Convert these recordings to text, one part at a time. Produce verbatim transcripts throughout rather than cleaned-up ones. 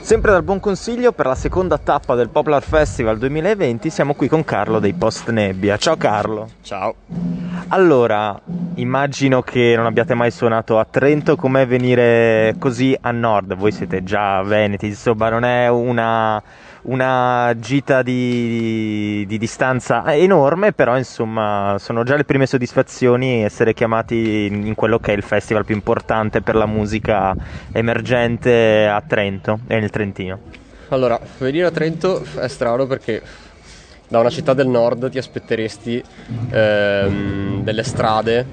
Sempre dal Buon Consiglio, per la seconda tappa del Poplar Festival duemilaventi siamo qui con Carlo dei Post Nebbia. Ciao Carlo. Ciao. Allora, immagino che non abbiate mai suonato a Trento. Com'è venire così a nord? Voi siete già veneti, insomma non è una, una gita di, di distanza enorme, però insomma sono già le prime soddisfazioni essere chiamati in quello che è il festival più importante per la musica emergente a Trento e nel Trentino. Allora, venire a Trento è strano perché da una città del nord ti aspetteresti ehm, delle strade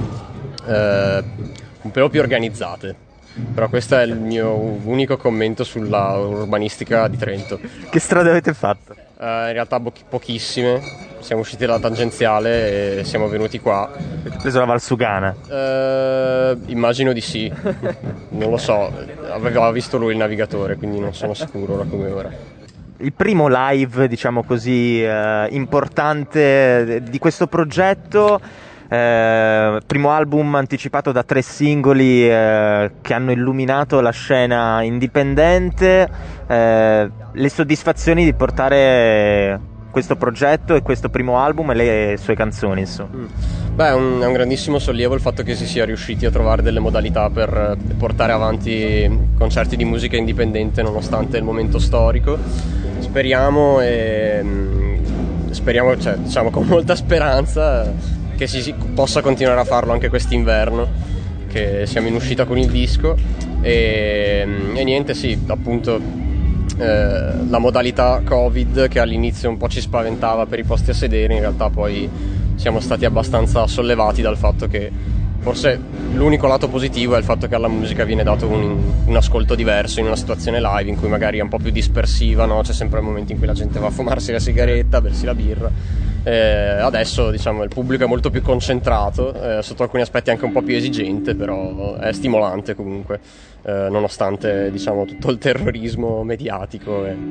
eh, un po' più organizzate, però questo è il mio unico commento sulla urbanistica di Trento. Che strade avete fatto? Eh, in realtà bo- pochissime, siamo usciti dalla tangenziale e siamo venuti qua. Avete preso la Valsugana? Eh, immagino di sì, non lo so, aveva visto lui il navigatore, quindi non sono sicuro ora come ora. Il primo live, diciamo così, eh, importante di questo progetto, eh, primo album anticipato da tre singoli eh, che hanno illuminato la scena indipendente, eh, le soddisfazioni di portare questo progetto e questo primo album e le sue canzoni, insomma. Mm. Beh, è un, è un grandissimo sollievo il fatto che si sia riusciti a trovare delle modalità per portare avanti concerti di musica indipendente nonostante il momento storico. Speriamo e speriamo, cioè, diciamo con molta speranza che si possa continuare a farlo anche quest'inverno, che siamo in uscita con il disco e, e niente, sì, appunto eh, la modalità Covid che all'inizio un po' ci spaventava per i posti a sedere, in realtà poi siamo stati abbastanza sollevati dal fatto che forse l'unico lato positivo è il fatto che alla musica viene dato un, un ascolto diverso in una situazione live in cui magari è un po' più dispersiva, no? C'è sempre il momento in cui la gente va a fumarsi la sigaretta, bersi la birra. Eh, adesso diciamo il pubblico è molto più concentrato, eh, sotto alcuni aspetti anche un po' più esigente, però è stimolante comunque, eh, nonostante diciamo tutto il terrorismo mediatico e,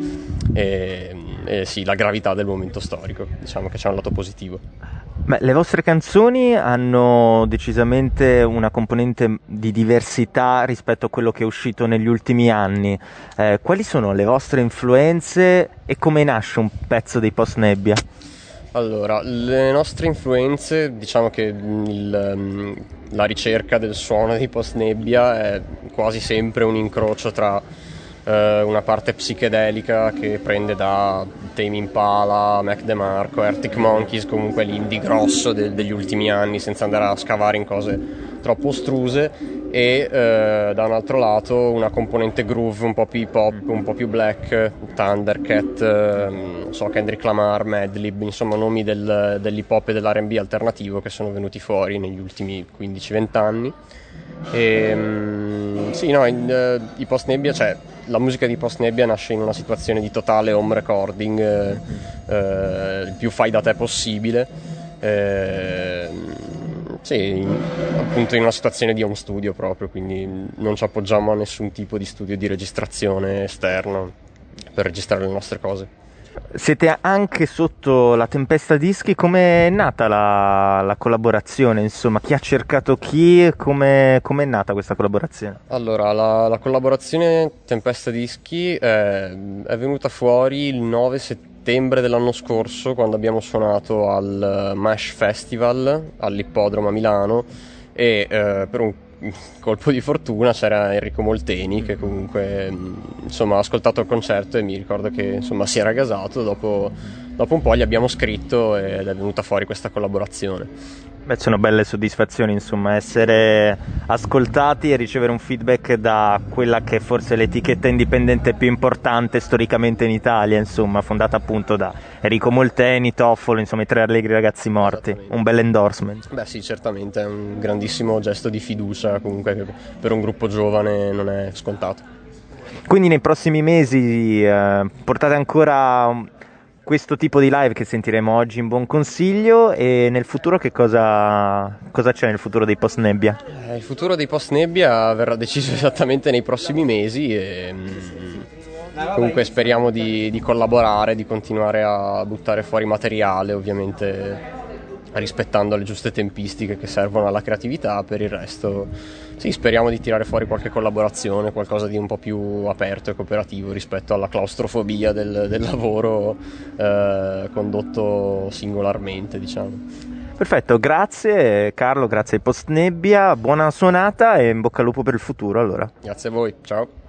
e, e sì, la gravità del momento storico. Diciamo che c'è un lato positivo. Beh, le vostre canzoni hanno decisamente una componente di diversità rispetto a quello che è uscito negli ultimi anni. Eh, quali sono le vostre influenze e come nasce un pezzo dei Post Nebbia? Allora, le nostre influenze, diciamo che il, la ricerca del suono dei Post Nebbia è quasi sempre un incrocio tra eh, una parte psichedelica che prende da Tame Impala, Mac DeMarco, Arctic Monkeys, comunque l'indie grosso de- degli ultimi anni, senza andare a scavare in cose troppo ostruse, e eh, da un altro lato una componente groove un po' più hip hop, un po' più black, Thundercat, eh, non so, Kendrick Lamar, Madlib, insomma nomi del, dell'hip hop e dell'R and B alternativo che sono venuti fuori negli ultimi quindici venti anni. E, mh, sì, no, in, uh, i Post Nebbia, cioè la musica di Post Nebbia nasce in una situazione di totale home recording, eh, eh, il più fai da te possibile, eh, sì, appunto in una situazione di home studio proprio, quindi non ci appoggiamo a nessun tipo di studio di registrazione esterno per registrare le nostre cose. Siete anche sotto la Tempesta Dischi. Come è nata la, la collaborazione? Insomma, chi ha cercato chi? Come è nata questa collaborazione? Allora, la, la collaborazione Tempesta Dischi è, è venuta fuori il nove settembre dell'anno scorso, quando abbiamo suonato al Mash Festival all'Ippodromo a Milano e eh, per un colpo di fortuna c'era Enrico Molteni che comunque insomma ha ascoltato il concerto e mi ricordo che insomma si era gasato. Dopo, dopo un po' gli abbiamo scritto ed è venuta fuori questa collaborazione. Beh, sono belle soddisfazioni, insomma, essere ascoltati e ricevere un feedback da quella che è forse l'etichetta indipendente più importante storicamente in Italia, insomma, fondata appunto da Enrico Molteni, Toffolo, insomma i tre allegri ragazzi morti. Un bel endorsement. Beh sì, certamente è un grandissimo gesto di fiducia comunque che per un gruppo giovane non è scontato. Quindi nei prossimi mesi eh, portate ancora questo tipo di live che sentiremo oggi in Buon Consiglio, e nel futuro che cosa, cosa c'è nel futuro dei Post Nebbia? Eh, il futuro dei Post Nebbia verrà deciso esattamente nei prossimi mesi e comunque speriamo di, di collaborare, di continuare a buttare fuori materiale, ovviamente rispettando le giuste tempistiche che servono alla creatività. Per il resto sì, speriamo di tirare fuori qualche collaborazione, qualcosa di un po' più aperto e cooperativo rispetto alla claustrofobia del, del lavoro eh, condotto singolarmente, diciamo. Perfetto, grazie Carlo, grazie ai Postnebbia, buona suonata e in bocca al lupo per il futuro allora. Grazie a voi, ciao.